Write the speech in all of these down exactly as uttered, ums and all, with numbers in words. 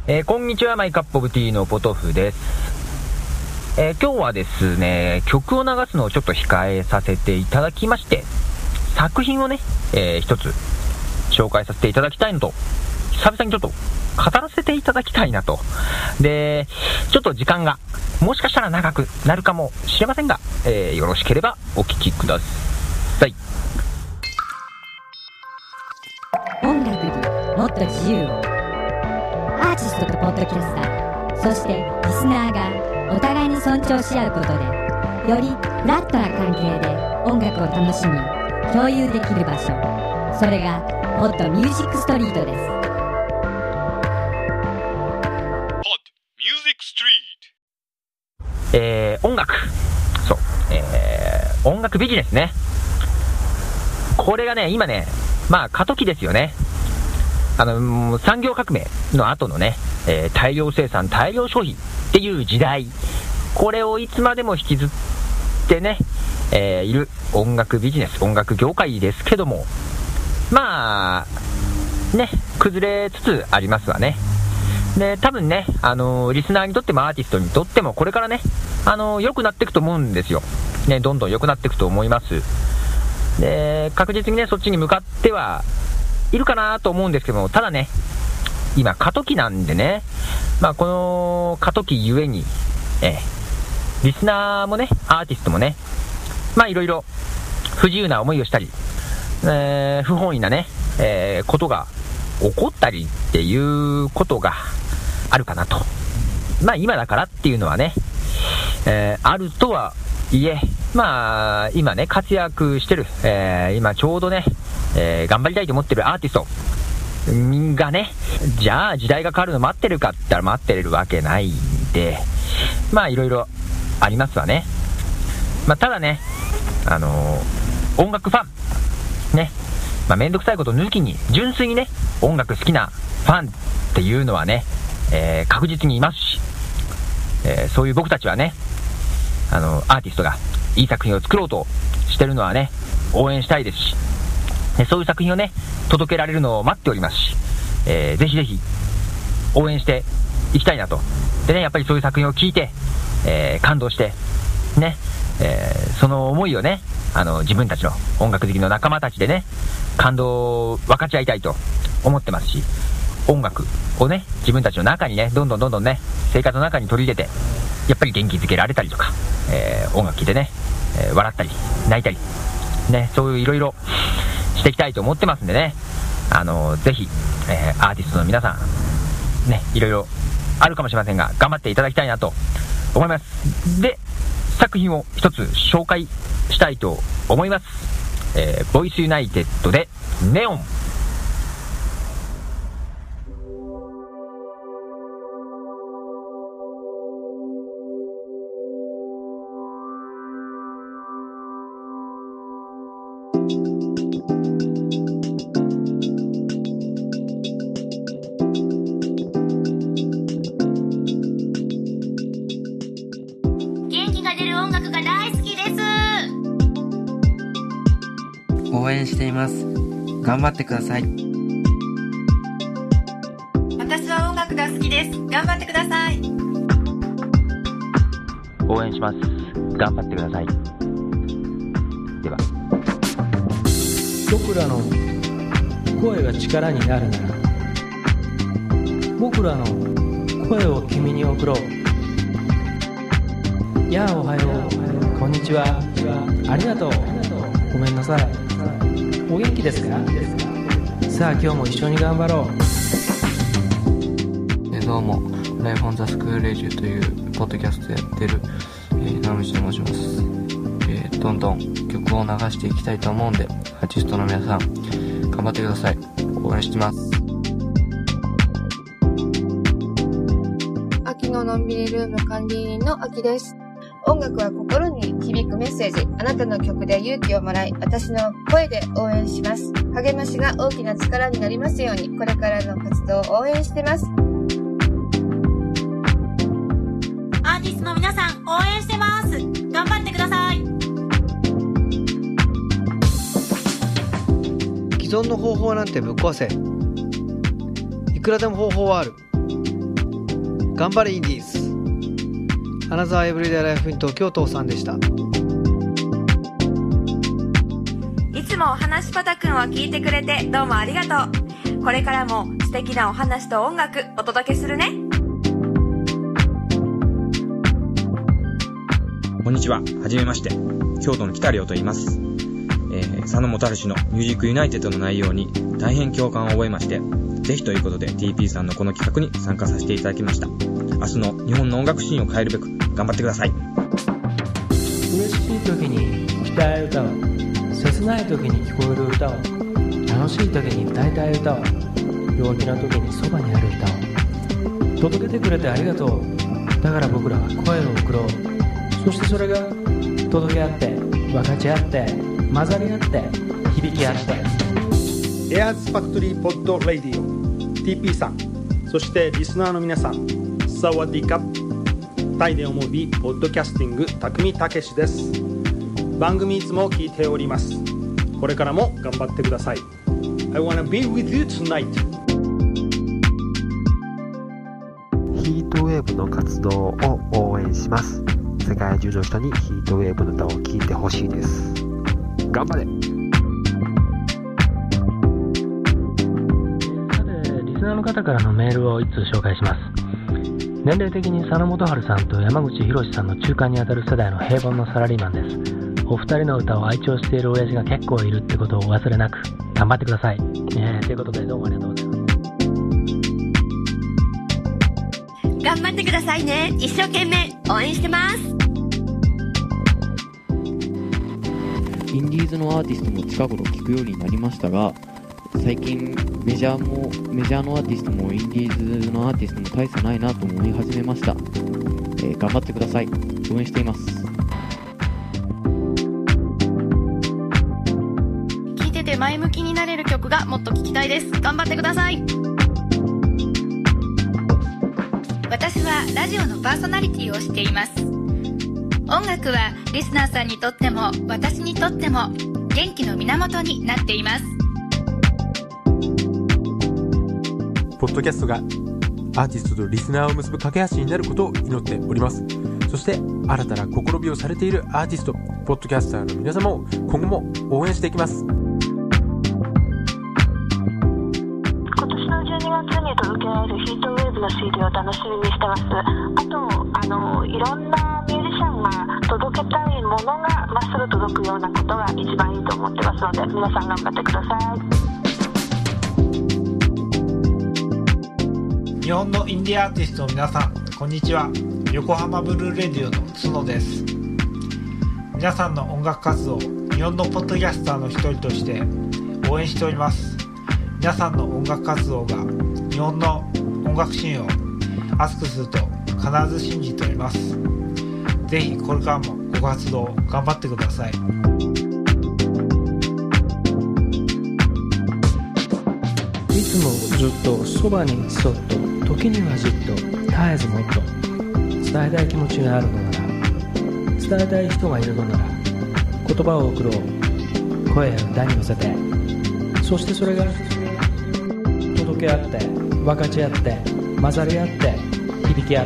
えー、こんにちは。マイカップオブティーのポトフです。えー、今日はですね、曲を流すのをちょっと控えさせていただきまして、作品をね、えー、一つ紹介させていただきたいのと、久々にちょっと語らせていただきたいなと。で、ちょっと時間がもしかしたら長くなるかもしれませんが、えー、よろしければお聞きください。 音楽にもっと自由を。アーティストとポッドキャスター、そしてリスナーがお互いに尊重し合うことで、よりフラットな関係で音楽を楽しみ共有できる場所、それがポッドミュージックストリートです。 えー、音楽、そう、えー、音楽ビジネスね。これがね、今ね、まあ過渡期ですよね。あの産業革命の後のね、えー、大量生産、大量消費っていう時代、これをいつまでも引きずってね、えー、いる音楽ビジネス、音楽業界ですけども、まあね、崩れつつありますわね。で、多分ね、あのー、リスナーにとってもアーティストにとってもこれからね、あのー、良くなっていくと思うんですよ。ね、どんどん良くなっていくと思います。で、確実にね、そっちに向かってはいるかなと思うんですけども、ただね、今過渡期なんでね、まあこの過渡期ゆえに、えー、リスナーもね、アーティストもね、まあいろいろ不自由な思いをしたり、えー、不本意なね、えー、ことが起こったりっていうことがあるかなと。まあ今だからっていうのはね、えー、あるとはいえ、まあ今ね活躍してる、えー、今ちょうどね、えー、頑張りたいと思ってるアーティストがね、じゃあ時代が変わるの待ってるかって言ったら待ってるわけないんで、まあいろいろありますわね。まあただね、あのー、音楽ファンね、まあめんどくさいこと抜きに純粋にね、音楽好きなファンっていうのはね、えー、確実にいますし、えー、そういう僕たちはね、あのアーティストがいい作品を作ろうとしてるのはね、応援したいですし、でそういう作品をね届けられるのを待っておりますし、えー、ぜひぜひ応援していきたいなと。でね、やっぱりそういう作品を聞いて、えー、感動してね、えー、その思いをね、あの自分たちの音楽好きの仲間たちでね、感動を分かち合いたいと思ってますし、音楽をね自分たちの中にね、どんどんどんどんね生活の中に取り入れて、やっぱり元気づけられたりとか、えー、音楽聴いてね、えー、笑ったり泣いたりね、そういういろいろしていきたいと思ってますんでね、あのー、ぜひ、えー、アーティストの皆さんね、いろいろあるかもしれませんが頑張っていただきたいなと思います。で、作品を一つ紹介したいと思います。えー、ボイスユナイテッドでネオン。 応援しています。頑張ってください。 私は音楽が好きです。頑張ってください。 応援します。頑張ってください。では、 僕らの声が力になるなら、僕らの声を君に送ろう。やあ、おはよう、こんにちは、ありがとう、ごめんなさい、お元気ですか？さあ今日も一緒に頑張ろう。えどうも、ライフオンザスクールレジュというポッドキャストやってる、えー、ナムシと申します。えー、どんどん曲を流していきたいと思うんで、アーティストの皆さん頑張ってください。応援してます。 秋ののんびりルーム管理人の秋です。音楽は心に響くメッセージ。あなたの曲で勇気をもらい、私の声で応援します。励ましが大きな力になりますように、これからの活動を応援してます。 アーティストの皆さん応援してます。頑張ってください。 既存の方法なんてぶっ壊せ。いくらでも方法はある。 頑張れインディーズ。アナザーエブリデイライフイン東京父さんでした。 いつもお話パタくんを聞いてくれてどうもありがとう。これからも素敵なお話と音楽お届けするね。 こんにちは、はじめまして。京都の北亮と言います。えー、佐野元春のミュージックユナイテッドの内容に大変共感を覚えまして、ぜひということで ティーピー さんのこの企画に参加させていただきました。明日の日本の音楽シーンを変えるべく頑張ってください。 嬉しい時に聴きたい歌を、切ない時に聞こえる歌を、楽しい時に歌いたい歌を、陽気な時にそばにある歌を届けてくれてありがとう。だから僕らは声を送ろう。そしてそれが届け合って分かち合って混ざり合って響き合って。 エアーズファクトリーポッドラディオ ティーピー さん、そしてリスナーの皆さん、サワディカタイで思うビポッドキャスティング匠たけしです。番組いつも聞いております。これからも頑張ってください。 I wanna be with you tonight。 ヒートウェーブの活動を応援します。世界中の人にヒートウェーブの歌を聴いてほしいです。頑張れ。 さて、リスナーの方からのメールを一通紹介します。年齢的に佐野元春さんと山口博さんの中間にあたる世代の平凡のサラリーマンです。お二人の歌を愛聴している親父が結構いるってことをお忘れなく頑張ってください、えー、ということでどうもありがとうございます。 頑張ってくださいね。一生懸命応援してます。 インディーズのアーティストも近頃聞くようになりましたが、最近メジャーもメジャーのアーティストもインディーズのアーティストも大差ないなと思い始めました。えー、頑張ってください。応援しています。 聴いてて前向きになれる曲がもっと聴きたいです。頑張ってください。私はラジオのパーソナリティをしています。音楽はリスナーさんにとっても私にとっても元気の源になっています。 ポッドキャストがアーティストとリスナーを結ぶ架け橋になることを祈っております。そして新たな試みをされているアーティスト、ポッドキャスターの皆様を今後も応援していきます。 今年のじゅうにがつに届けられるヒートウェーブの シーディー を楽しみにしてます。あとあのいろんなミュージシャンが届けたいものがまっすぐ届くようなことが一番いいと思ってますので、皆さん頑張ってください。日本のインディーアーティストの皆さん、こんにちは。横浜ブルーレディオの角です。皆さんの音楽活動、日本のポッドキャスターの一人として応援しております。皆さんの音楽活動が日本の音楽シーンを熱くすると必ず信じております。ぜひこれからもご活動頑張ってください。 いつもずっとそばにそっと、時にはじっと絶えずもっと伝えたい気持ちがあるのなら、伝えたい人がいるのなら、言葉を送ろう。声や歌に乗せて、そしてそれが届け合って分かち合って混ざり合って響き合って。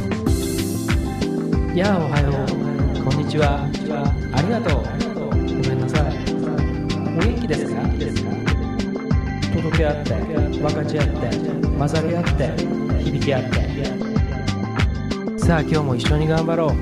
やあおはよう、こんにちは、ありがとう、ごめんなさい、お元気ですか。届け合って分かち合って混ざり合って響き合って。さあ今日も一緒に頑張ろう。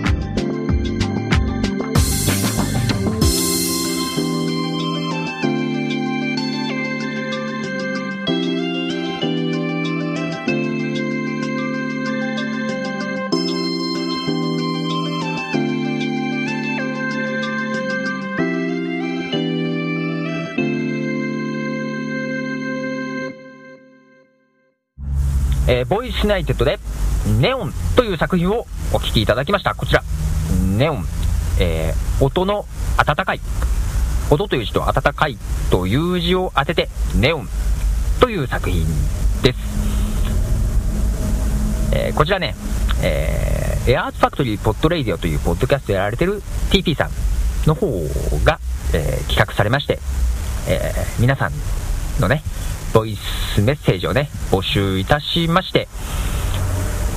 えー、ボイスユナイテッドでネオンという作品をお聴きいただきました。こちらネオン、えー、音の温かい、音という字と温かいという字を当ててネオンという作品です。えー、こちらね、えー、エアーズファクトリーポッドレイディオというポッドキャストやられてる ティーピー さんの方が、えー、企画されまして、えー、皆さんのねボイスメッセージをね募集いたしまして、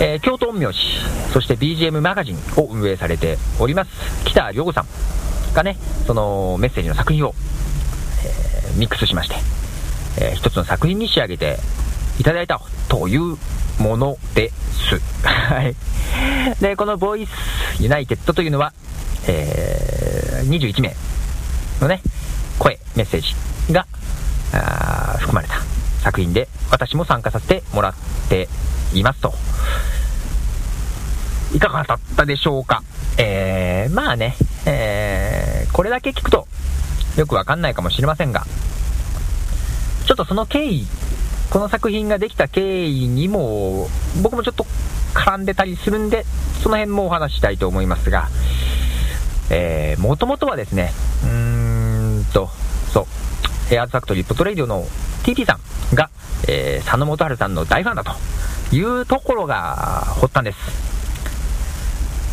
えー、京都陰陽師、そして ビージーエム マガジンを運営されております北良吾さんがね、そのメッセージの作品を、えー、ミックスしまして、えー、一つの作品に仕上げていただいたというものですはい。で、このボイスユナイテッドというのは、えー、にじゅういちめいのね、声、メッセージがあ含まれた作品で、私も参加させてもらっていますと。いかがだったでしょうか。えー、まあね、えー、これだけ聞くとよくわかんないかもしれませんが、ちょっとその経緯、この作品ができた経緯にも僕もちょっと絡んでたりするんで、その辺もお話ししたいと思いますが、えー、もともとはですね、うーんと、そう、エアーズファクトリーポットレイディオの ティーピー さんが、えー、佐野元春さんの大ファンだというところが発端です。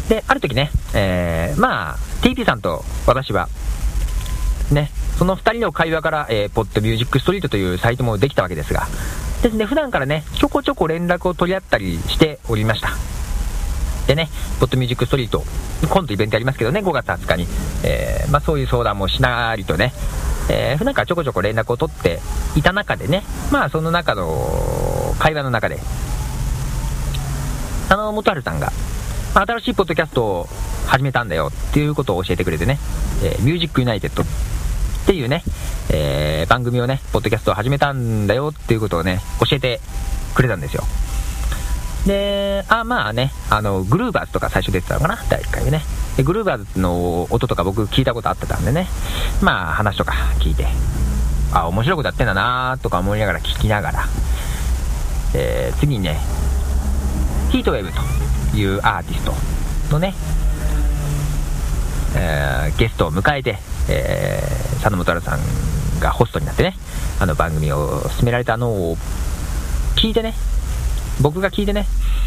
で、ある時ね、えー、まあ ティーピー さんと私はね、そのふたりの会話から、えー、ポッドミュージックストリートというサイトもできたわけですが、ですね、普段からね、ちょこちょこ連絡を取り合ったりしておりました。でね、ポッドミュージックストリート、今度イベントやりますけどね、ごがつはつかに、えー、まあそういう相談もしなりとね、えー、普段からちょこちょこ連絡を取っていた中でね、まあその中の会話の中で、佐野元春さんが、新しいポッドキャストを始めたんだよっていうことを教えてくれてね、えー、ミュージックユナイテッドっていうね、えー、番組をね、ポッドキャストを始めたんだよっていうことをね、教えてくれたんですよ。で、あ、まあね、あの、グルーバーズとか最初出てたのかな、だいいっかいめね。で、グルーバーズの音とか僕聞いたことあってたんでね、まあ話とか聞いて、あ、面白いことやってんだなとか思いながら聞きながら、えー、次にね、ヒートウェーブというアーティストのね、えー、ゲストを迎えて、えー、佐野元春さんがホストになってね、あの番組を進められたのを聞いてね、僕が聞いてね、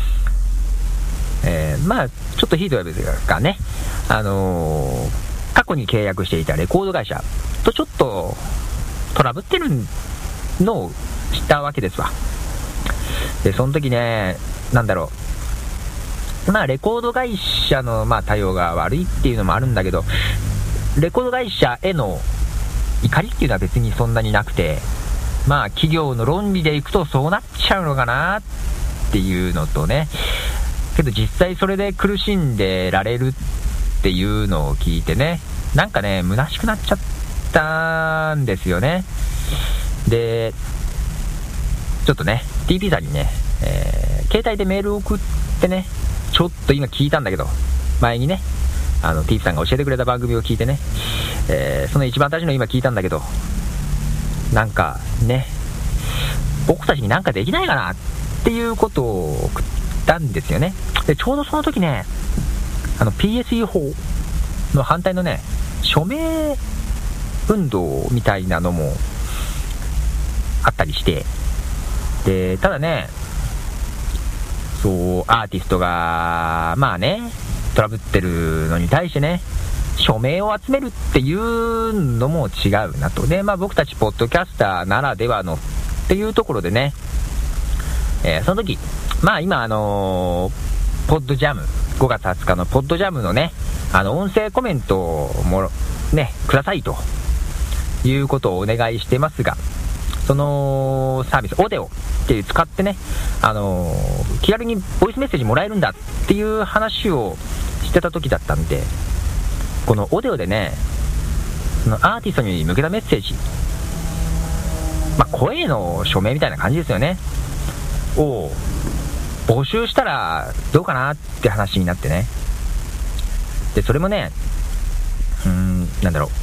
えー、まあちょっとヒートウェーブがね、あのー、過去に契約していたレコード会社とちょっとトラブってるのを知ったわけですわ。で、その時ね、なんだろう、まあレコード会社のまあ対応が悪いっていうのもあるんだけど、レコード会社への怒りっていうのは別にそんなになくて、まあ企業の論理でいくとそうなっちゃうのかなっていうのとね、けど実際それで苦しんでられるっていうのを聞いてね、なんかね、虚しくなっちゃったんですよね。で、ちょっとね ティーピー さんにね、えー、携帯でメールを送ってね、ちょっと今聞いたんだけど、前にね、あの ティーピー さんが教えてくれた番組を聞いてね、えー、その一番最初の今聞いたんだけど、なんかね、僕たちになんかできないかなっていうことを送ったんですよね。で、ちょうどその時ね、あの ピーエスイー 法の反対のね、署名運動みたいなのもあったりして、で、ただね、そう、アーティストがまあね、トラブってるのに対してね、署名を集めるっていうのも違うなと。で、まあ僕たちポッドキャスターならではのっていうところでね、えー、その時、まあ今あのー、ポッドジャム、ごがつはつかのポッドジャムのね、あの音声コメントをもね、くださいということをお願いしてますが、そのサービス、オデオっていう使ってね、あのー、気軽にボイスメッセージもらえるんだっていう話をしてた時だったんで、このオデオでね、そのアーティストに向けたメッセージ、まあ、声の署名みたいな感じですよね、を募集したらどうかなって話になってね。で、それもね、うーん、なんだろ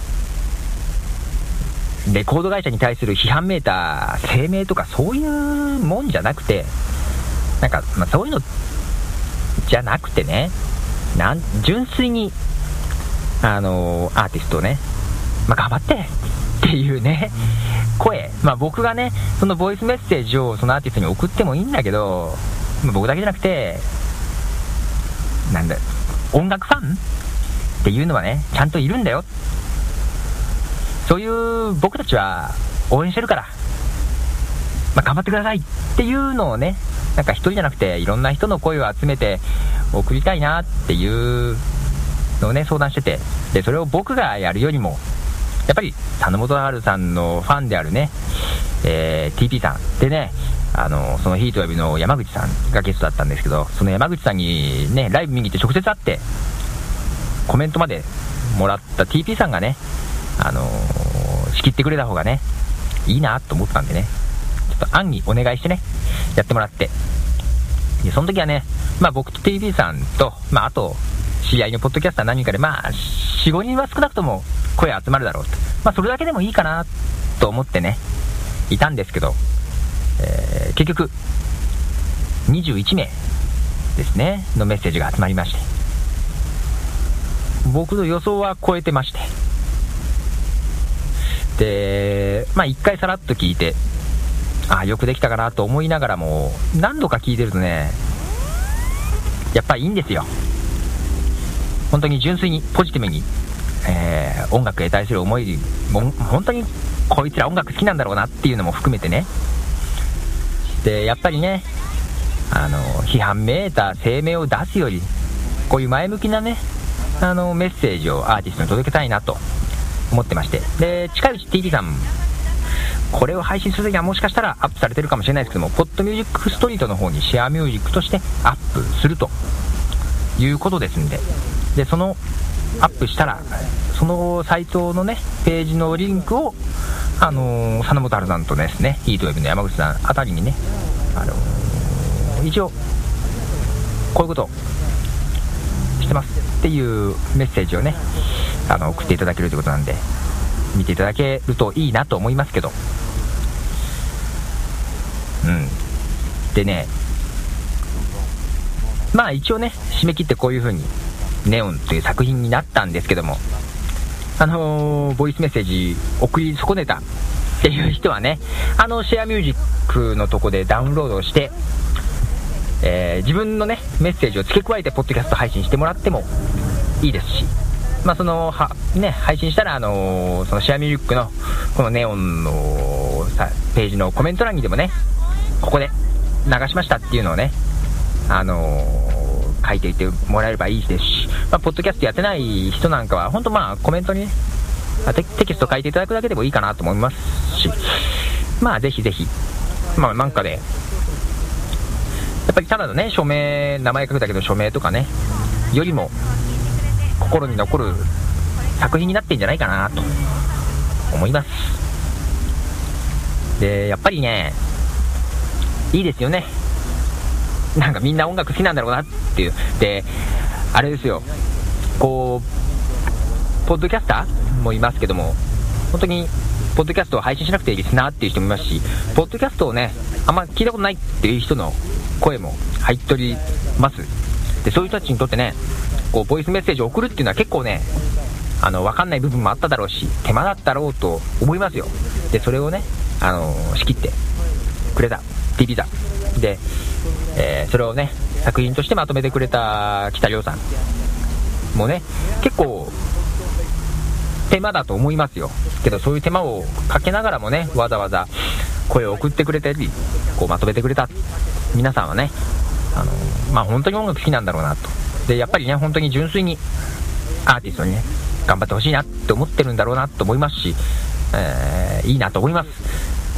う、レコード会社に対する批判メーター、声明とかそういうもんじゃなくて、なんか、まあ、そういうのじゃなくてね、なん純粋にあのー、アーティストをね、まあ、頑張ってっていうね、声、まあ僕がね、そのボイスメッセージをそのアーティストに送ってもいいんだけど、まあ、僕だけじゃなくて、なんだ、音楽ファンっていうのはね、ちゃんといるんだよ。そういう僕たちは応援してるから、 まあ、頑張ってくださいっていうのをね、なんか一人じゃなくていろんな人の声を集めて送りたいなっていうのをね相談してて、でそれを僕がやるよりもやっぱり佐野元春さんのファンであるね、えー、ティーピー さんでね、あのそのヒートウェブの山口さんがゲストだったんですけど、その山口さんにねライブ見に行って直接会ってコメントまでもらった ティーピー さんがね、あのー、仕切ってくれた方がねいいなと思ったんでね、ちょっと案にお願いしてねやってもらって、でその時はね、まあ、僕と ティーピー さんと、まあ、あと知り合いのポッドキャスター何人かで、まあ よん、ごにんは少なくとも声集まるだろうと、まあ、それだけでもいいかなと思ってねいたんですけど、えー、結局にじゅういちめいですねのメッセージが集まりまして、僕の予想は超えてまして、でまあいっかいさらっと聞いて、あよくできたかなと思いながらも何度か聞いてるとね、やっぱりいいんですよ。本当に純粋にポジティブに、えー、音楽へ対する思いも本当にこいつら音楽好きなんだろうなっていうのも含めてね、でやっぱりね、あの批判めいた声明を出すよりこういう前向きなねあのメッセージをアーティストに届けたいなと思ってまして、で近いうち ティーピー さんこれを配信するときはもしかしたらアップされてるかもしれないですけども、ポッドミュージックストリートの方にシェアミュージックとしてアップするということですんで、でそのアップしたらそのサイトのねページのリンクをあのー、佐野元春さんとですねヒートウェブの山口さんあたりにね、あのー、一応こういうことをしてますっていうメッセージをねあの送っていただけるということなんで、見ていただけるといいなと思いますけど、うんでね、まあ一応ね締め切ってこういう風にネオンという作品になったんですけども、あのー、ボイスメッセージ送り損ねたっていう人はね、あのシェアミュージックのとこでダウンロードして、えー、自分のねメッセージを付け加えてポッドキャスト配信してもらってもいいですし、まあそのはね配信したらあのー、そのシェアミュージックのこのネオンのさページのコメント欄にでもねここで流しましたっていうのをねあのー、書いていてもらえればいいですし、まあ、ポッドキャストやってない人なんかは本当まあコメントにねテ, テキスト書いていただくだけでもいいかなと思いますし、まあぜひぜひまあなんかで、ね、やっぱりただのね署名名前書くだけの署名とかねよりも心に残る作品になってんじゃないかなと思います。でやっぱりねいいですよね、なんかみんな音楽好きなんだろうなっていう。であれですよ、こうポッドキャスターもいますけども、本当にポッドキャストを配信しなくていいリスナーっていう人もいますし、ポッドキャストをねあんま聞いたことないっていう人の声も入っております。でそういう人たちにとってねこうボイスメッセージを送るっていうのは結構ねあの分かんない部分もあっただろうし手間だったろうと思いますよ。でそれをねあの仕切ってくれた ティーピー さんで、えー、それをね作品としてまとめてくれた北亮さんもね結構手間だと思いますよ。けどそういう手間をかけながらもねわざわざ声を送ってくれたりこうまとめてくれた皆さんはねあのまあ本当に音楽好きなんだろうなと。でやっぱりね本当に純粋にアーティストにね頑張ってほしいなって思ってるんだろうなと思いますし、えー、いいなと思います。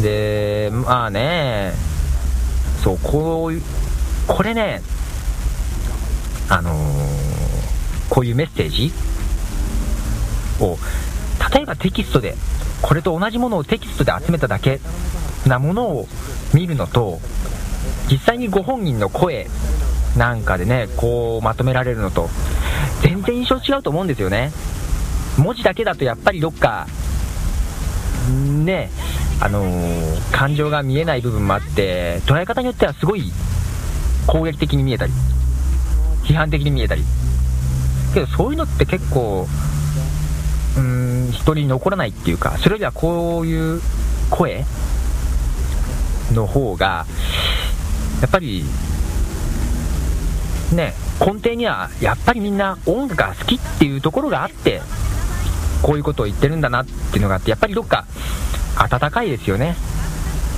でまあねそうこういうこれねあのー、こういうメッセージを例えばテキストでこれと同じものをテキストで集めただけなものを見るのと実際にご本人の声なんかでねこうまとめられるのと全然印象違うと思うんですよね。文字だけだとやっぱりどっかねあのー、感情が見えない部分もあって捉え方によってはすごい攻撃的に見えたり批判的に見えたり、けどそういうのって結構うーん一人に残らないっていうか、それよりはこういう声の方がやっぱりね根底にはやっぱりみんな音楽が好きっていうところがあってこういうことを言ってるんだなっていうのがあって、やっぱりどっか温かいですよね。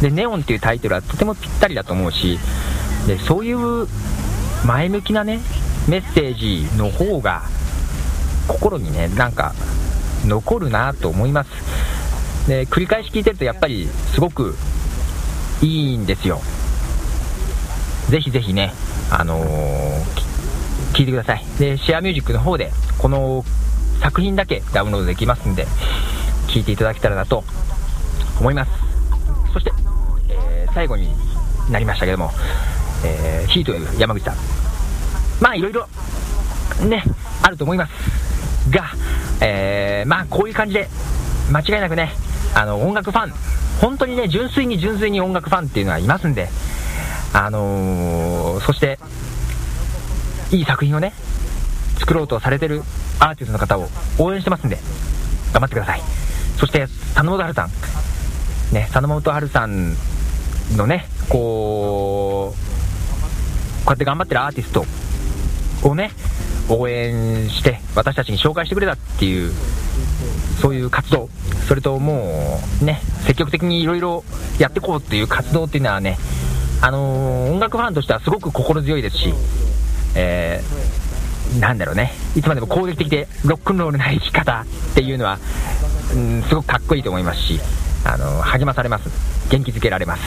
でネオンっていうタイトルはとてもぴったりだと思うし、でそういう前向きなねメッセージの方が心にねなんか残るなと思います。で繰り返し聞いてるとやっぱりすごくいいんですよ。ぜひぜひねあのー、聞いてください。でシェアミュージックの方でこの作品だけダウンロードできますんで聞いていただけたらなと思います。そして、えー、最後になりましたけども、えー、ヒーという山口さん、まあいろいろねあると思いますが、えー、まあこういう感じで間違いなくねあの音楽ファン、本当にね純粋に純粋に音楽ファンっていうのはいますんで、あのー、そしていい作品をね作ろうとされてるアーティストの方を応援してますんで頑張ってください。そして佐野元春さんね、佐野元春さんのねこうこうやって頑張ってるアーティストをね応援して私たちに紹介してくれたっていうそういう活動、それともうね積極的にいろいろやっていこうっていう活動っていうのはね、あのー、音楽ファンとしてはすごく心強いですし、えー、なんだろうね、いつまでも攻撃的でロックンロールな生き方っていうのは、うん、すごくかっこいいと思いますし、あのー、励まされます、元気づけられます。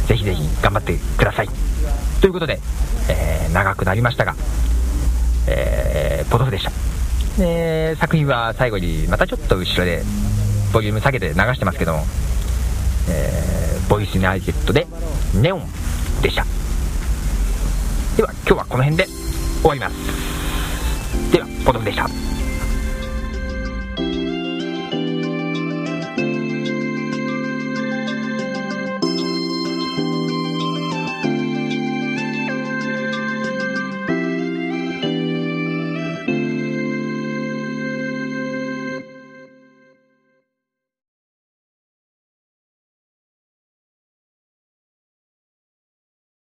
ぜひぜひ頑張ってくださいということで、えー、長くなりましたが、えー、ポトフでした。で作品は最後にまたちょっと後ろでボリューム下げて流してますけども、えー、ボイスユナイテッドでネオンでした。では今日はこの辺で終わります。ではポトフでした。